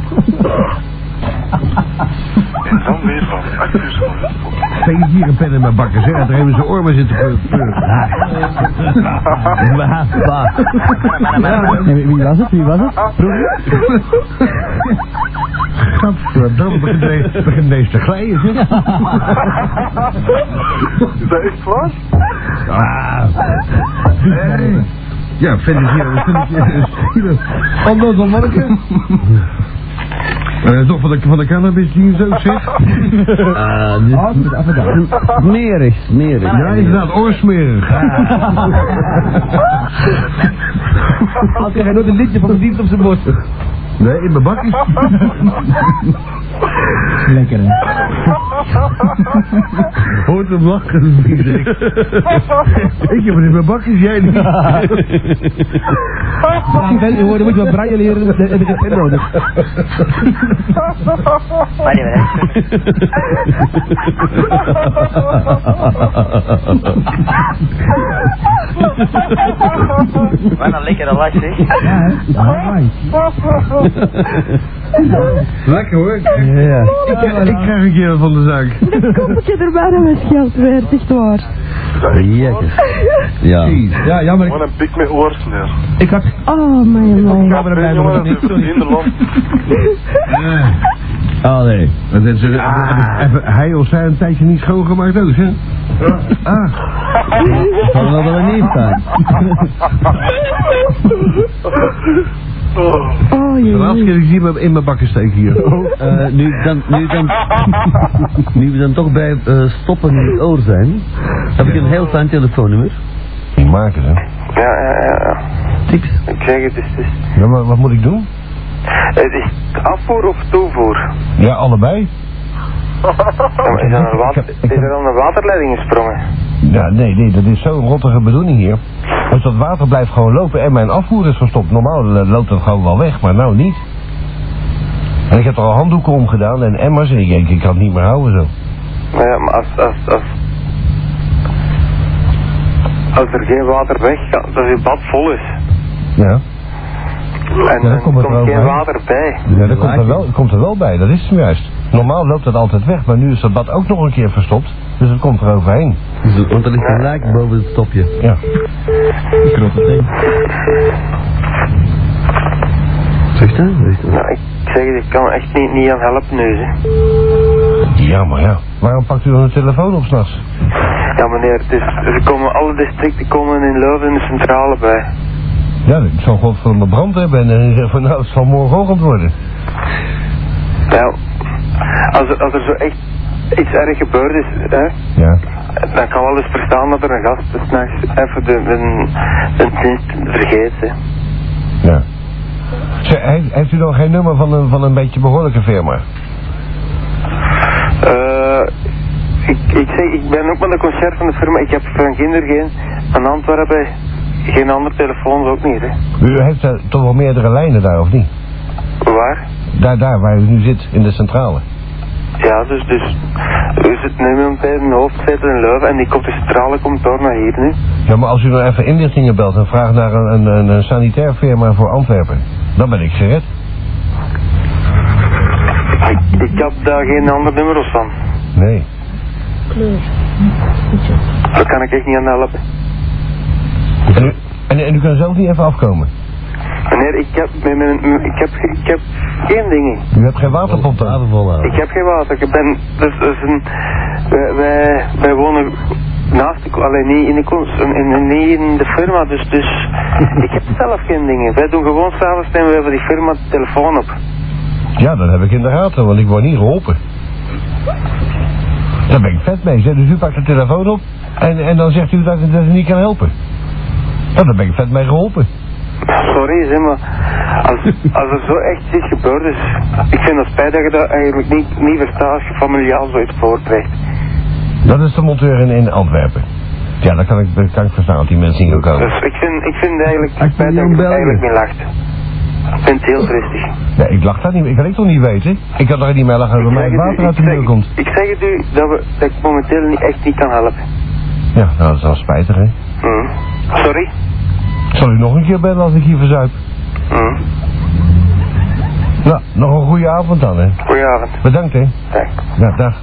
En dan weer van acht uur 's morgens tot... Steek hier een pen in mijn bakken, zeg. Er even zijn oor maar zitten pleuren. En wie wie was het? Wie was het? Gadverdamme, begint deze- begint deze te glijden, zeg. Is dat echt waar? Ah. Hey. Ja, vind ik hier, vind ik hier. Anders dan manneke. Dat is toch van de, van de cannabis die zo zeg? Ah, dit Ah, met afgedaan. smerig, smerig. Ja, inderdaad, oorsmerig. Als hij nooit een liedje van verdient op zijn borst. Nee, in mijn bakjes. Lekker, hè? Hoort hem lachen, Diederik. Ik heb het in mijn bakjes, jij niet. Ja, Ben, je hoort, dan moet je wat braille leren en heb je pen nodig. Maar niet meer, hè. Wat een lekkere lach, zeg. Ja, hè? Ja, right. Lekker hoor. Ja. Ik, krijg- ik krijg een keer wat van de zaak. Dat koppeltje erbij dat mijn geld werd, echt waar. Jezus. Ja. Ja, jammer. Gewoon een pik met oorsneer. Ik had... Oh, mijn man. Ja, maar Nee, jongen, dat is in de land. Allee. Dat is, uh, ah. even, hij of zij een tijdje niet schoongemaakt ook, hè? Ah. Kan wel wel een nieuw zijn. Oh, De jee. laatste keer dat ik zie hem in mijn bakken steken hier. Uh, nu, dan, nu, dan, nu we dan toch bij uh, stoppen in het oor zijn, heb ik een heel fijn telefoonnummer. Die maken ze. Ja, ja, ja. Tips. Ik zeg het, het is... Ja, maar wat moet ik doen? Het is afvoer of toevoer? Ja, allebei. Ja, maar is, er een water, is er dan een waterleiding gesprongen? Ja, nee, nee, dat is zo'n rottige bedoeling hier. Dus dat water blijft gewoon lopen en mijn afvoer is verstopt. Normaal loopt het gewoon wel weg, maar nou niet. En ik heb er al handdoeken om gedaan en emmers en ik denk, ik kan het niet meer houden zo. Maar ja, maar als, als, als, als er geen water weggaat, als je bad vol is. Ja. En Ja, er komt komt er wel geen bij. water bij. Ja, dat komt er, wel, komt er wel bij, dat is hem juist. Normaal loopt het altijd weg, maar nu is dat bad ook nog een keer verstopt. Dus het komt er overheen. Dus, want er ligt een lijk boven het stopje. Ja. Ik rot het ding. Zeg dat? Nou, ik zeg het, ik kan er echt niet, niet aan helpen nu, hè. Ja, maar ja. Waarom pakt u dan een telefoon op s'nachts? Ja meneer, het is, er komen alle districten komen in Leuven in de centrale bij. Ja, ik zal God voor mijn brand hebben en dan zeg van nou, het zal morgenochtend worden. Ja, als er, als er zo echt iets erg gebeurd is, hè, Ja. dan kan wel eens verstaan dat er een gast s'nachts even de, de, de dienst vergeet, hè. Ja. Zeg, heeft, heeft u dan geen nummer van een, van een beetje behoorlijke firma? Uh, ik, ik zeg, ik ben ook met de concert van de firma, ik heb van Ginder geen, van Antwerpen, geen andere telefoons ook niet, hè. U heeft uh, toch wel meerdere lijnen daar, of niet? Waar? Daar, daar, waar u nu zit, in de centrale. Ja, dus, dus, u zit nu met een hoofdzetel in Leuven en die komt de centrale komt door naar hier nu. Ja, maar als u dan even inlichtingen belt en vraagt naar een, een, een, een sanitair firma voor Antwerpen, dan ben ik gered. Ik, ik heb daar geen andere nummers van. Nee. Daar kan ik echt niet aan helpen. En u, en, en u kan zelf niet even afkomen? Meneer, ik heb, mijn, mijn, ik heb, ik heb geen dingen. U hebt geen waterpomp dan? Ik heb geen water. Ik ben, dus, dus een, wij, wij, wij wonen naast de, alleen niet in de kunst, in, in, niet in de firma, dus, dus ik heb zelf geen dingen. Wij doen gewoon s'avonds nemen we voor die firma de telefoon op. Ja, dat heb ik in de gaten, want ik word niet geholpen. Daar ben ik vet mee, zeg. Dus u pakt de telefoon op en, en dan zegt u dat, dat u niet kan helpen. Nou, daar ben ik vet mee geholpen. Sorry, zeg maar, als, als er zo echt iets gebeurd is, ik vind het spijt dat je dat eigenlijk niet, niet verstaat als je familiaal zoiets voorkrijgt. Dat is de monteur in, in Antwerpen. Ja, dat kan ik, dat kan ik verstaan dat die mensen hier komen. Dus ik vind, ik vind eigenlijk spijt dat je eigenlijk niet lacht. Ik vind het heel tristig. Ja, ik lach dat niet, ik kan ik toch niet weten? Ik kan toch niet meer lachen dat bij mij het water uit de muur komt? Ik zeg het u dat, we, dat ik momenteel niet, echt niet kan helpen. Ja, nou, dat is wel spijtig, hè? Mm. Sorry? Zal u nog een keer bellen als ik hier verzuip? Mm. Nou, nog een goede avond dan, hè? Goedenavond. Bedankt, hè? Dag. Ja, dag.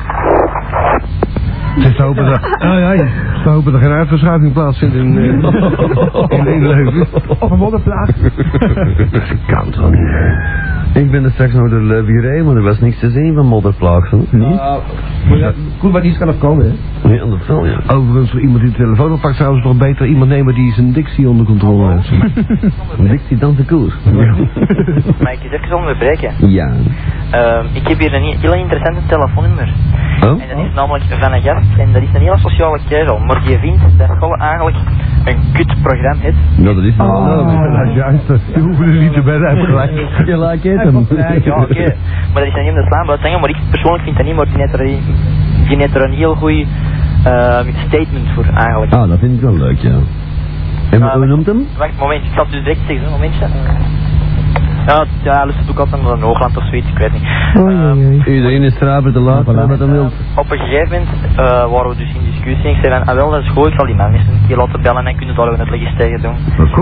Het is te hopen dat, oh, ja, ja. te hopen dat er geen uitverschuiving plaatsvindt in, uh, in, in Leuven. Of een modderplaat. Dat kan toch niet, hè? Ik ben er straks nog door Leuven gereden, maar er was niks te zien van modderplaagsen. Niet? Uh, maar ja, goed, maar die kan nog komen, hè? Ja, dat wel, ja. Overigens, voor iemand die de telefoon oppakt, zouden ze toch beter iemand nemen die zijn dictie onder controle heeft. Een dictie dan de koers. Mag ik je even onderbreken? Ja. Uh, ik heb hier een heel interessante telefoonnummer. Oh? En dat is namelijk van een gast, en dat is een hele sociale kerel, maar die vindt dat school eigenlijk een kutprogramma is. Ja, dat is wel. Oh, dat is juist. Je hoeft er niet te bedden uitgelijk. Je lijkt het hem. Ja, oké. Okay. Maar dat is een hele slaan uitzangen, maar ik persoonlijk vind dat niet, maar die heeft er, die heeft er een heel goed uh, statement voor eigenlijk. Ah, dat vind ik wel leuk, ja. En uh, hoe noemt hem? Wacht, moment, ik zal het dus direct zeggen, een momentje. Ja, ja, hij luistert ook altijd naar een Hoogland of zoiets, ik weet niet. Uh, Iedereen is traber te laat, wat hem wil. Op een gegeven moment uh, waren we dus in discussie en ik zei van, ah wel, dat is goed, ik zal die man eens een keer laten bellen en kunnen daar een uitleggen tegen doen. Dat is goed.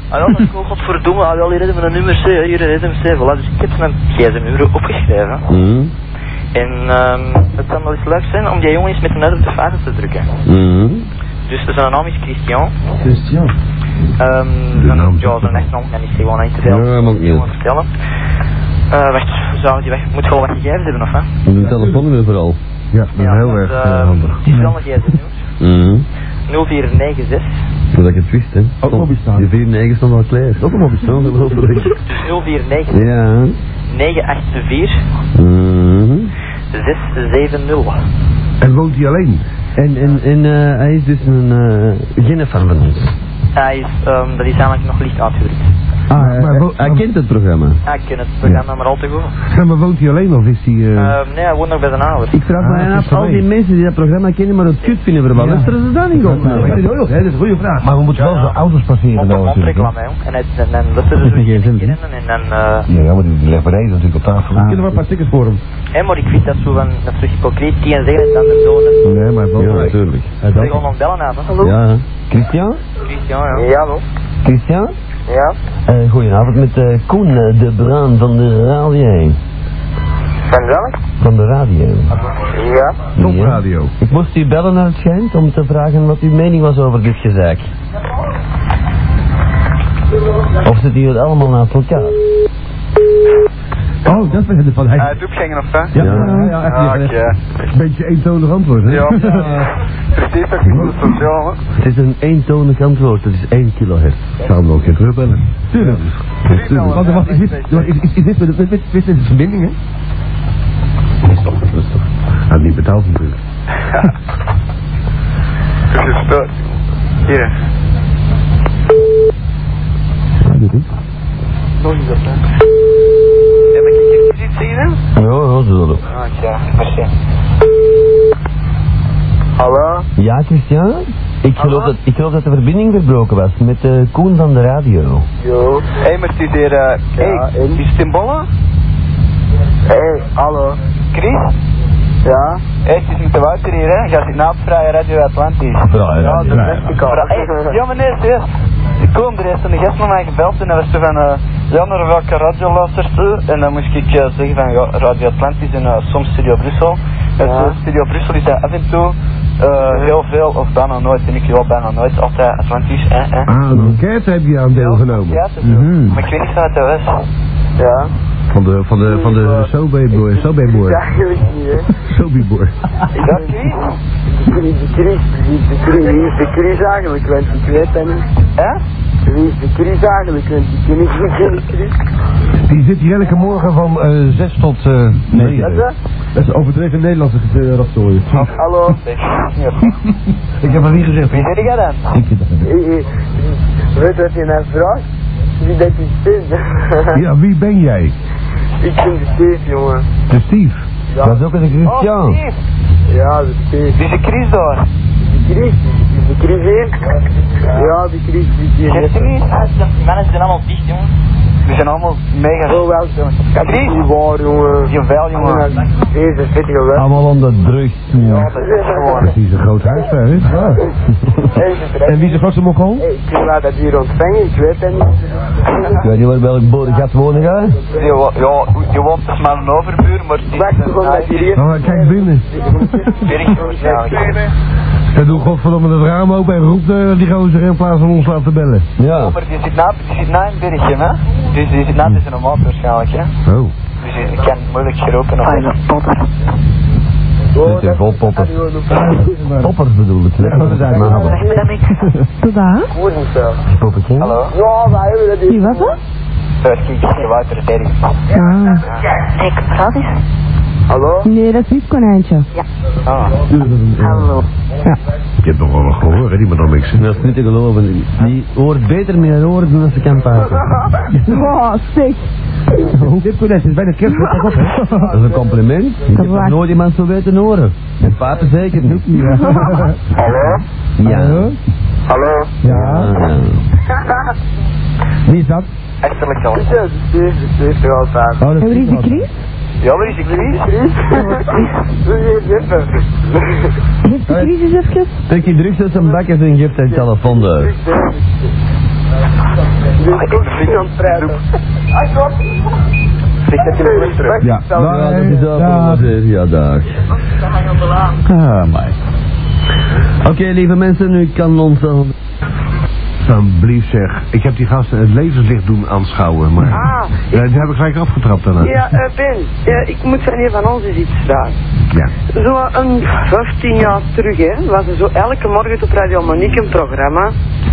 Ah ja, dat is gewoon godverdomme, ah wel, hier hebben we een nummer C, hier hebben we C, voilà, dus ik heb zijn gsm-nummer opgeschreven. Mm. En um, het kan wel eens leuk zijn om die jongen eens met een uit op de feiten te drukken. Mm. Dus zijn naam is Christian. Christian. Um, zijn, ja, zijn echte naam kan ik gewoon niet te veel Ja, mag niet. vertellen. Uh, wacht, zou die weg, moet gewoon wat gegevens hebben of hè? Een telefoonnummer vooral. Ja, dat is ja, heel dat, erg uh, handig. Het is wel een gsm-nummer. Mm. nul vier negen zes. Dat ik het wist, hè. Ook nog bestaan. Die vier negen stond al klaar. Dat is nog bestaan. Dus nul vier negen zes. Ja. negen acht vier. Mm. zes zeven nul. En woont hij alleen? En, en, en uh, hij is dus een, uh, geen fan van ons. Hij is, um, dat is eigenlijk nog licht uitgedrukt. Ah, uh, maar wo- hij kent het programma. Hij kent het programma maar al te goed. Ja, maar woont hij alleen of is hij... Uh... Uh, nee, hij woont nog bij zijn ouders. Ik vraag me Ah, af, al die mensen die dat programma kennen, maar het kut vinden voor wat. Luisteren ze dan niet op? Dat is een goede vraag. Maar we moeten wel zo auto's passeren Op nou de natuurlijk. mondreclame, joh. En hij- en dan luisteren ze geen kennen en dan... uh, Ja, ja, maar die legt bij deze natuurlijk op tafel. We kunnen wel een paar stickers voor hem. Hé, maar ik vind dat zo van, dat is zo hypocriet, die en zeggen en het ander zo. Nee, maar wel. Ja, natuurlijk. Ik wil gewoon nog bellen aan, hè. Hallo? Ja. Christian? Christian, ja. Ja, hallo. Christian? Ja? Uh, goedenavond, met uh, Koen uh, de Braan van de radio. Van welk? Van de radio. Ja? Topradio. Ik moest u bellen naar het schijnt om te vragen wat uw mening was over dit gezaak. Of zitten jullie allemaal naast elkaar? Oh, dat is het van hij. Uh, doepgingen of zo? Ja, ja, ja, echt Ah, niet. oké. Een beetje eentonig antwoord, hè? Ja. Precies, dat is sociaal, hè? Het is een eentonig antwoord, het is één kilohertz. Gaan we ook geen terugbellen. Tuurlijk. Want er was iets mis- er was iets- iets- iets mis met de- met- met- met de verbinding, hè? Rustig, rustig. Hij had niet betaald natuurlijk. Het is gestoord. Hier. Ja, doe het. Nog niet op, hè? Ja, maar kijk, ik iets zien, hè? Ja, ja, zo. Oké, merci. Hallo? Ja, Christian? Ik geloof, dat, ik geloof dat de verbinding verbroken was met uh, Koen van de radio. Jo. Hé, hey, maar het is hier, uh, Ja, hey, en? is het in Bolle? Hé, hey, hallo. Chris? Ja? Hé, hey, het is niet te Wouter hier, hè? Gaat na op Vrije Radio Atlantis. Vrije Ja, radio. dat wist ik al. Hey, ja, maar nee, serieus. Ik kom, er is een gast van mij gebeld en hij was zo van, uh, ja, naar welke radio luistert u? En dan moest ik uh, zeggen van, ja, Radio Atlantis en uh, soms Studio Brussel. En Ja. zo, Studio Brussel is hij af en toe uh, heel veel, of bijna nooit, en ik wel bijna nooit, altijd Atlantis, hè, hè. Ah, een enquête heb je aan deelgenomen. Ja, dat is zo. Mhm. Maar ik weet niet van wat dat was. Ja? Van de, van de, van de Sobe-boy, Sobe-boy. Ja, eigenlijk niet, hè. Sobe-boy. Is dat Chris? Wie is de Chris? Wie is de Chris? Wie is de Chris eigenlijk? Want ik weet dat niet. Hè? Wie is de Chris eigenlijk? Want ik ken niet de Chris. Die zit hier elke morgen van uh, zes tot uh, Wat is negen. dat? Dat is een overdreven Nederlandse uh, rotzooi. Hallo? Ik heb al niet gezegd. Wie zit jij dan? Ik zit er. Eh, eh, Weet je wat je nou vraagt? Wie dat is is? Ja, wie ben jij? Ik ben de Steve, jongen. De Steve. Ja. Dat is ook een Oh, Christian. Steve. Ja, de Steve. Wie is de Chris daar? De Chris? Is de Chris hier? Ja, de Chris is hier. Kent je niet? Die mannen zijn allemaal dicht, jongen. Die zijn allemaal mega... Oh, wel, dat is niet waar, jongen. Jawel, jongen. Deze is vet geweldig. Allemaal om de drugs. Ja, dat is gewoon... Dat is een groot huis daar, hè? Ja. En wie is de grootste mogol? Ik laat dat hier ontvangen, ik weet het niet. Ik weet niet waar welk boord gaat wonen gaan. Die wo- Ja, je woont dus maar een overbuur, maar... die- Wacht, gewoon dat hier hier. Nou, kijk binnen. Berg waarschijnlijk. Dan doe godverdomme het raam open en roept uh, die gozer in plaats van ons laten bellen. Ja. Maar die zit na, die zit na in Bergje, hè? Dus die zit na tussen een maat waarschijnlijk, hè? Oh. Dus die kan moeilijk geroken of... Dit is vol poppers. Poppers bedoel ik. Ja, dat is eigenlijk- Maar hebben. Tot daar? Goed niet zo. Poppetje. Hallo? Ja, wij hebben dat Wie hier. was dat? Dat is Kiekje Wouter Berg. Ah. Ik praat eens. Hallo? Nee, dat is niet konijntje. Ah. Hallo. Ja. Je hebt nog wel wat gehoord, hè, die madame X. Dat is niet te geloven. Die hoort beter met haar oren dan als ze kan praten. Oh, zeg. Dit konijntje is bijna kerst. Pas op, hè. Dat is een compliment. Ik heb nog nooit iemand zo weten horen. En papen zeker niet. Ja. Hallo? Ja. Hallo? Hallo? Ja. Ah. Wie is dat? Achterlijk al. Dit is de Steve, de Steve er altijd. Oh, dat En wie is die is Chris? Ja, waar is die Chris? Chris? Wie is dit? Heeft die Chris eens even? Trek die drugs uit zijn bakkers en geeft zijn telefoon door. ben ik ook niet aan het praten. Ik heb je nog terug. Ja, Ja, dat is dat allemaal zeer. Ja, dag. Ah, maar. Oké, lieve mensen, nu kan ons dan... Alsjeblieft zeg, ik heb die gasten het levenslicht doen aanschouwen, maar Ah, ja, die heb ik gelijk afgetrapt daarna. Ja, uh, Ben, uh, ik moet van een van ons eens iets vragen. Ja. Zo een vijftien jaar terug, hè, was er zo elke morgen op Radio Monique een programma.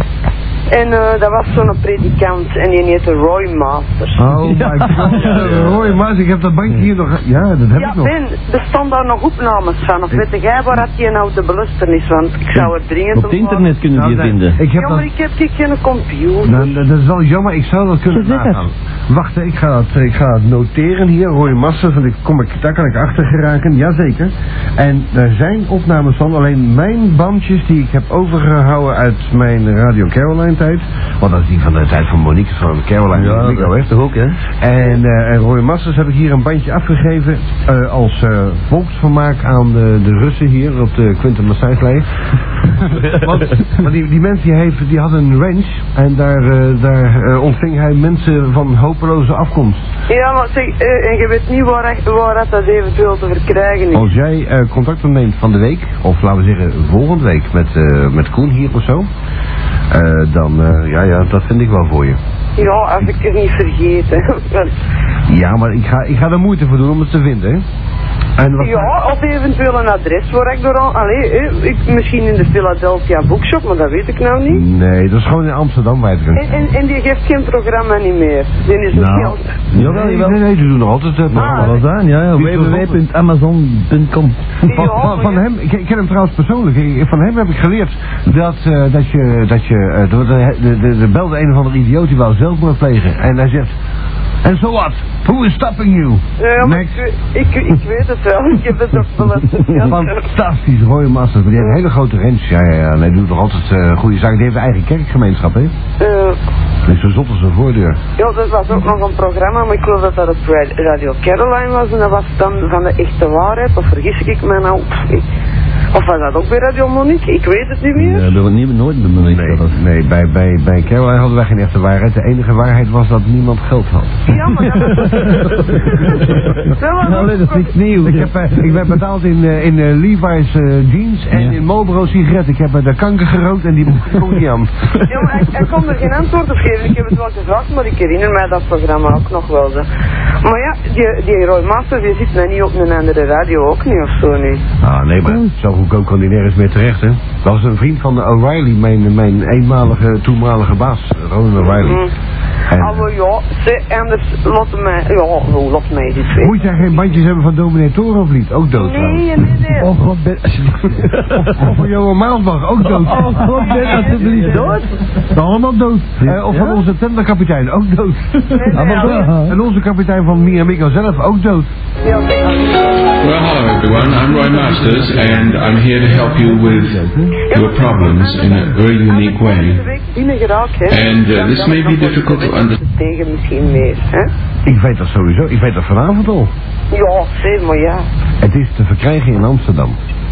En uh, dat was zo'n predikant en die heette Roy Masters. Oh my god, Roy Masters, ik heb dat bankje hier nog, ja, dat heb ja, ik nog. Ben, er stonden daar nog opnames van, of weet jij waar dat je nou te beluisteren is, want ik zou er dringend Op het internet kunnen we die Nou, vinden. Ik heb ja, dat... maar ik heb hier geen computer. Nou, dat is wel jammer, ik zou dat kunnen nagaan. Wacht, ik ga het, ik ga het noteren hier, Roy Masters, want ik kom, ik, daar kan ik achter geraken, jazeker. En er zijn opnames van, alleen mijn bandjes die ik heb overgehouden uit mijn Radio Caroline tijd, want dat is die van de tijd van Monique, van Caroline. Ja, Monique, dat is toch ook, hè? En, uh, en Roy Masters heb ik hier een bandje afgegeven uh, als uh, volksvermaak aan de, de Russen hier op de Quinten Massijslee. want want die, die mensen die, heeft, die hadden een ranch en daar, uh, daar uh, ontving hij mensen van hopeloze afkomst. Ja, maar zeg, uh, en je weet niet waar, waar dat eventueel te verkrijgen is. Als jij uh, contact opneemt van de week, of laten we zeggen volgende week met, uh, met Koen hier of zo, uh, dan uh, ja, ja, dat vind ik wel voor je. Ja, als ik het niet vergeten. Ja, maar ik ga, ik ga er moeite voor doen om het te vinden, hè. En wat ja, of eventueel een adres waar ik door al... Allee, eh, ik, misschien in de Philadelphia Bookshop, maar dat weet ik nou niet. Nee, dat is gewoon in Amsterdam wijzigen. En, en, en die geeft geen programma niet meer. Die is nog Nou, geld. Jawel, jawel. Nee, nee, die doen nog altijd het Ah, dat aan, ja, ja. w w w punt amazon punt com. Van, van, van hem, ik, ik ken hem trouwens persoonlijk, Ik- van hem heb ik geleerd dat, uh, dat je, dat je, uh, de, de, de, de belde een of andere idioot die wou zelfmoord plegen. En hij zegt, en zo wat? Who is stopping you? Ja, maar Next. ik, ik, ik weet het wel, ik heb het ook beluisterd. Fantastisch, Roy Masters, maar die heeft een hele grote ranch. Ja, ja, ja, en hij doet nog altijd uh, goede zaken. Die heeft een eigen kerkgemeenschap, hè? Uh, Dat is zo zot als een voordeur. ja, dat was ook nog een programma, maar ik geloof dat dat op Radio Caroline was. En dat was dan van de echte waarheid, of vergis ik me nou? Of was dat ook bij Radio Monique? Ik weet het niet meer. Ja, dat wordt niet, nooit bij Monique. Nee, nee bij, bij, bij Caroline hadden wij geen echte waarheid. De enige waarheid was dat niemand geld had. Ja, maar dat was... dat was Nou, dat is niks nieuws. Ik heb, uh, ik ben betaald in, uh, in uh, Levi's uh, jeans en Ja. in Marlboro sigaretten. Ik heb uh, de kanker gerookt en die kon niet aan. Ja, maar hij, hij kon er geen antwoord op geven. Ik heb het wel gevraagd, maar ik herinner mij dat programma ook nog wel. Zo. Maar ja, die, die Roy Masters die zit mij niet op een andere radio ook niet of zo niet. Ah, nee, maar zo goedkoop kan die nergens meer terecht, hè. Dat was een vriend van de O'Reilly, mijn, mijn eenmalige, toenmalige baas, Ronan O'Reilly. Mm. En- Ah, maar ja, ze, anders laat mij, ja, oh, laat mij dit weten. Moet jij geen bandjes hebben van Dominee Toren of niet? Ook dood trouwens. Nee, nee, nee. Oh god, Ben, alsjeblieft. Of van Johan Maasbach, ook dood. Oh god, Ben, alsjeblieft. Dood? Allemaal dood. Uh, of van Ja? onze tenderkapitein, ook dood. Allemaal dood. En onze kapitein van Miramico zelf, ook dood. Ja, nee. Well, hello everyone. I'm Roy Masters, and I'm here to help you with your problems in a very unique way. And uh, this may be difficult to understand. Tegen misschien meer, hè? Ik weet dat sowieso, ik weet dat vanavond al. Ja, zeg maar ja. Het is te verkrijgen in Amsterdam.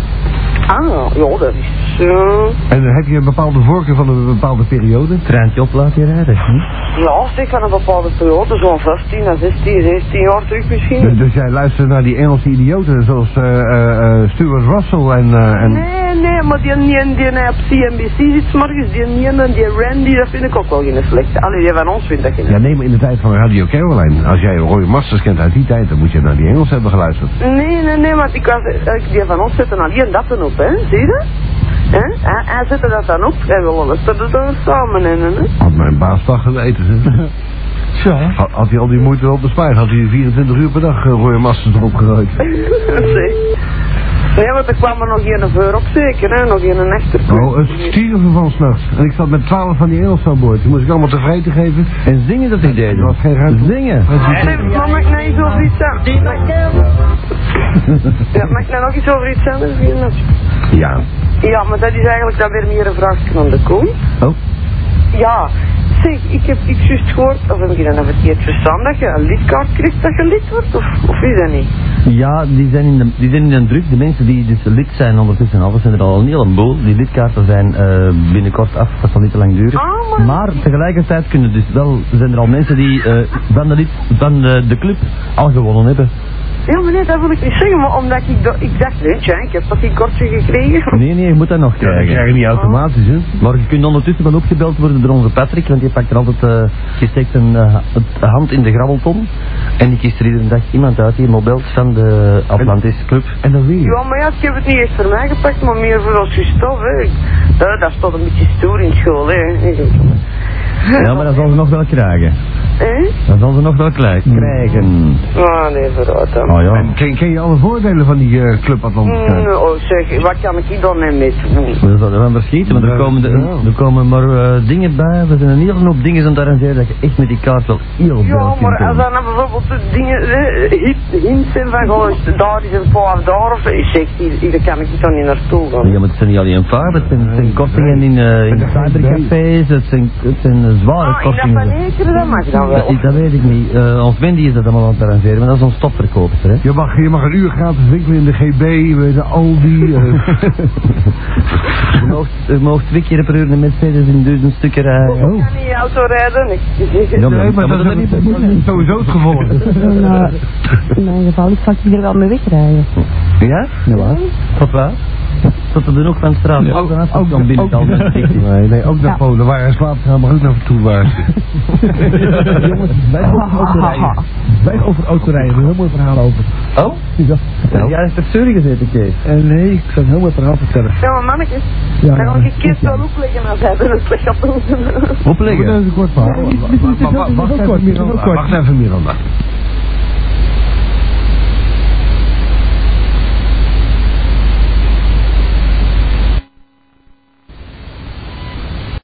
Ah, ja, dat is... Uh... En dan heb je een bepaalde voorkeur van een bepaalde periode? Treintje op laat je rijden. Hm? Ja, zeg van een bepaalde periode, zo'n vijftien à zestien, zestien jaar terug misschien. Dus, dus jij luistert naar die Engelse idioten zoals uh, uh, Stuart Russell en... Uh, en... Nee, nee, maar die, die, die, die op C N B C zit 's morgens, die ene en die Randy, dat vind ik ook wel geen slechte. Allee, die van ons vindt dat geen Ja, nee, maar in de tijd van Radio Caroline. Als jij Roy Masters kent uit die tijd, dan moet je naar die Engels hebben geluisterd. Nee, nee, nee, want ik was, uh, die van ons zetten alleen dat dan op, hè, zie je? Hè? Hij, hij zette dat dan op en we luisterden dan samen in, hè. Had mijn baas toch geweten, hè? Ja. Had, had hij al die moeite wel bespaard, had hij vierentwintig uur per dag uh, Roy Masters erop gerooid. Zeg. Nee, want er kwam er nog een veur op zeker, hè, nog een echte. Oh, het stierven van s'nachts. En ik zat met twaalf van die Engels aan boord. Die moest ik allemaal tevreden geven. En zingen dat ik deed. Er was geen ruimte. Zingen. Nee, maar mag ik nou iets over iets aan? Ja, mag ik nou nog iets over iets anders beginnen? Ja. Ja, maar dat is eigenlijk dan weer meer een vraagje aan de Koen. Oh. Ja, zeg, ik heb iets juist gehoord, of heb ik dat nou verkeerd verstaan, dat je een lidkaart krijgt dat je lid wordt, of, of is dat niet? Ja, die zijn, in de, die zijn in een druk. De mensen die dus lid zijn ondertussen al, dat zijn er al een heleboel. Die lidkaarten zijn uh, binnenkort af, dat zal niet te lang duren. Oh, maar... maar tegelijkertijd kunnen dus wel, zijn er al mensen die uh, van, de, lid, van de, de club al gewonnen hebben. Ja, maar nee, dat wil ik niet zeggen, maar omdat ik, do- ik dacht, nee, tja, ik heb toch geen kortje gekregen. Nee, nee, je moet dat nog krijgen. Ja, dat krijg je niet automatisch, hè. Maar je kunt ondertussen wel opgebeld worden door onze Patrick, want die pakt er altijd, uh, je steekt een uh, hand in de grabbelton. En die kiest er iedere dag iemand uit die mobielt van de Atlantische Club. En dan weer. Ja, maar ja, ik heb het niet eens voor mij gepakt, maar meer voor ons gestof, hè. Dat, dat is toch een beetje stoer in school, hè. Ja, maar dat zal ze nog wel krijgen. Eh? Dat zal ze nog wel krijgen. Ah, nee, vooruit dan. Oh ja. En ken, ken je alle voordelen van die uh, Club Atlantica? Mm, oh zeg, wat kan ik hier dan mee met doen? We zullen wel verschieten, want er komen, de, er komen maar uh, dingen bij. We zijn een hele hoop dingen aan het arrangeren dat je echt met die kaart wel heel veel Ja, kunt maar doen. als dan nou bijvoorbeeld de dingen, eh, hints zijn van gewoon, daar is een vijf daar of zo, ik zeg, hier, hier kan ik dan niet naartoe gaan. Ja, maar het zijn niet alleen vijf, het zijn, het zijn kortingen in, uh, in cybercafés, het zijn, het zijn uh, zware Ah, kortingen. Ah, in dat van dat mag dan wel. Dat, dat weet ik niet. Uh, ons Wendy is dat allemaal aan het arrangeren, maar dat is ons stopverkoopster, hè. Je mag, je mag een uur gratis winkelen in de G B, bij de Aldi. Uh. je, mag, je mag twee keer per uur een Mercedes in duizend stukken rijden. Ik kan niet auto rijden, ik. Ja, maar, nee, maar ja, dat, maar is, dat dat is sowieso het gevolg. Nou, in mijn geval ik zal ik er wel mee wegrijden. Ja? Ja, waar? Tot waar? Tot er ook van de straat. Ja, ook, ook, dan binnen ook, al met nee, nee, ook naar Polen, waar hij slaapt gaan, maar ook naar toe waar. Jongens, wij over autorijden. Wij over autorijden, er is een heel mooi verhaal over. Oh? Ja. Ja, jij hebt er zeuren gezeten, Kees. Uh, nee, ik zal een heel mooi verhaal vertellen. Ja, maar mannetjes, Ja, dan ga ja. ik een keer wel opleggen als hij er een slecht gaat doen. Opleggen? Dat is een kort verhaal. Wacht even, Miranda. Wacht even, Miranda.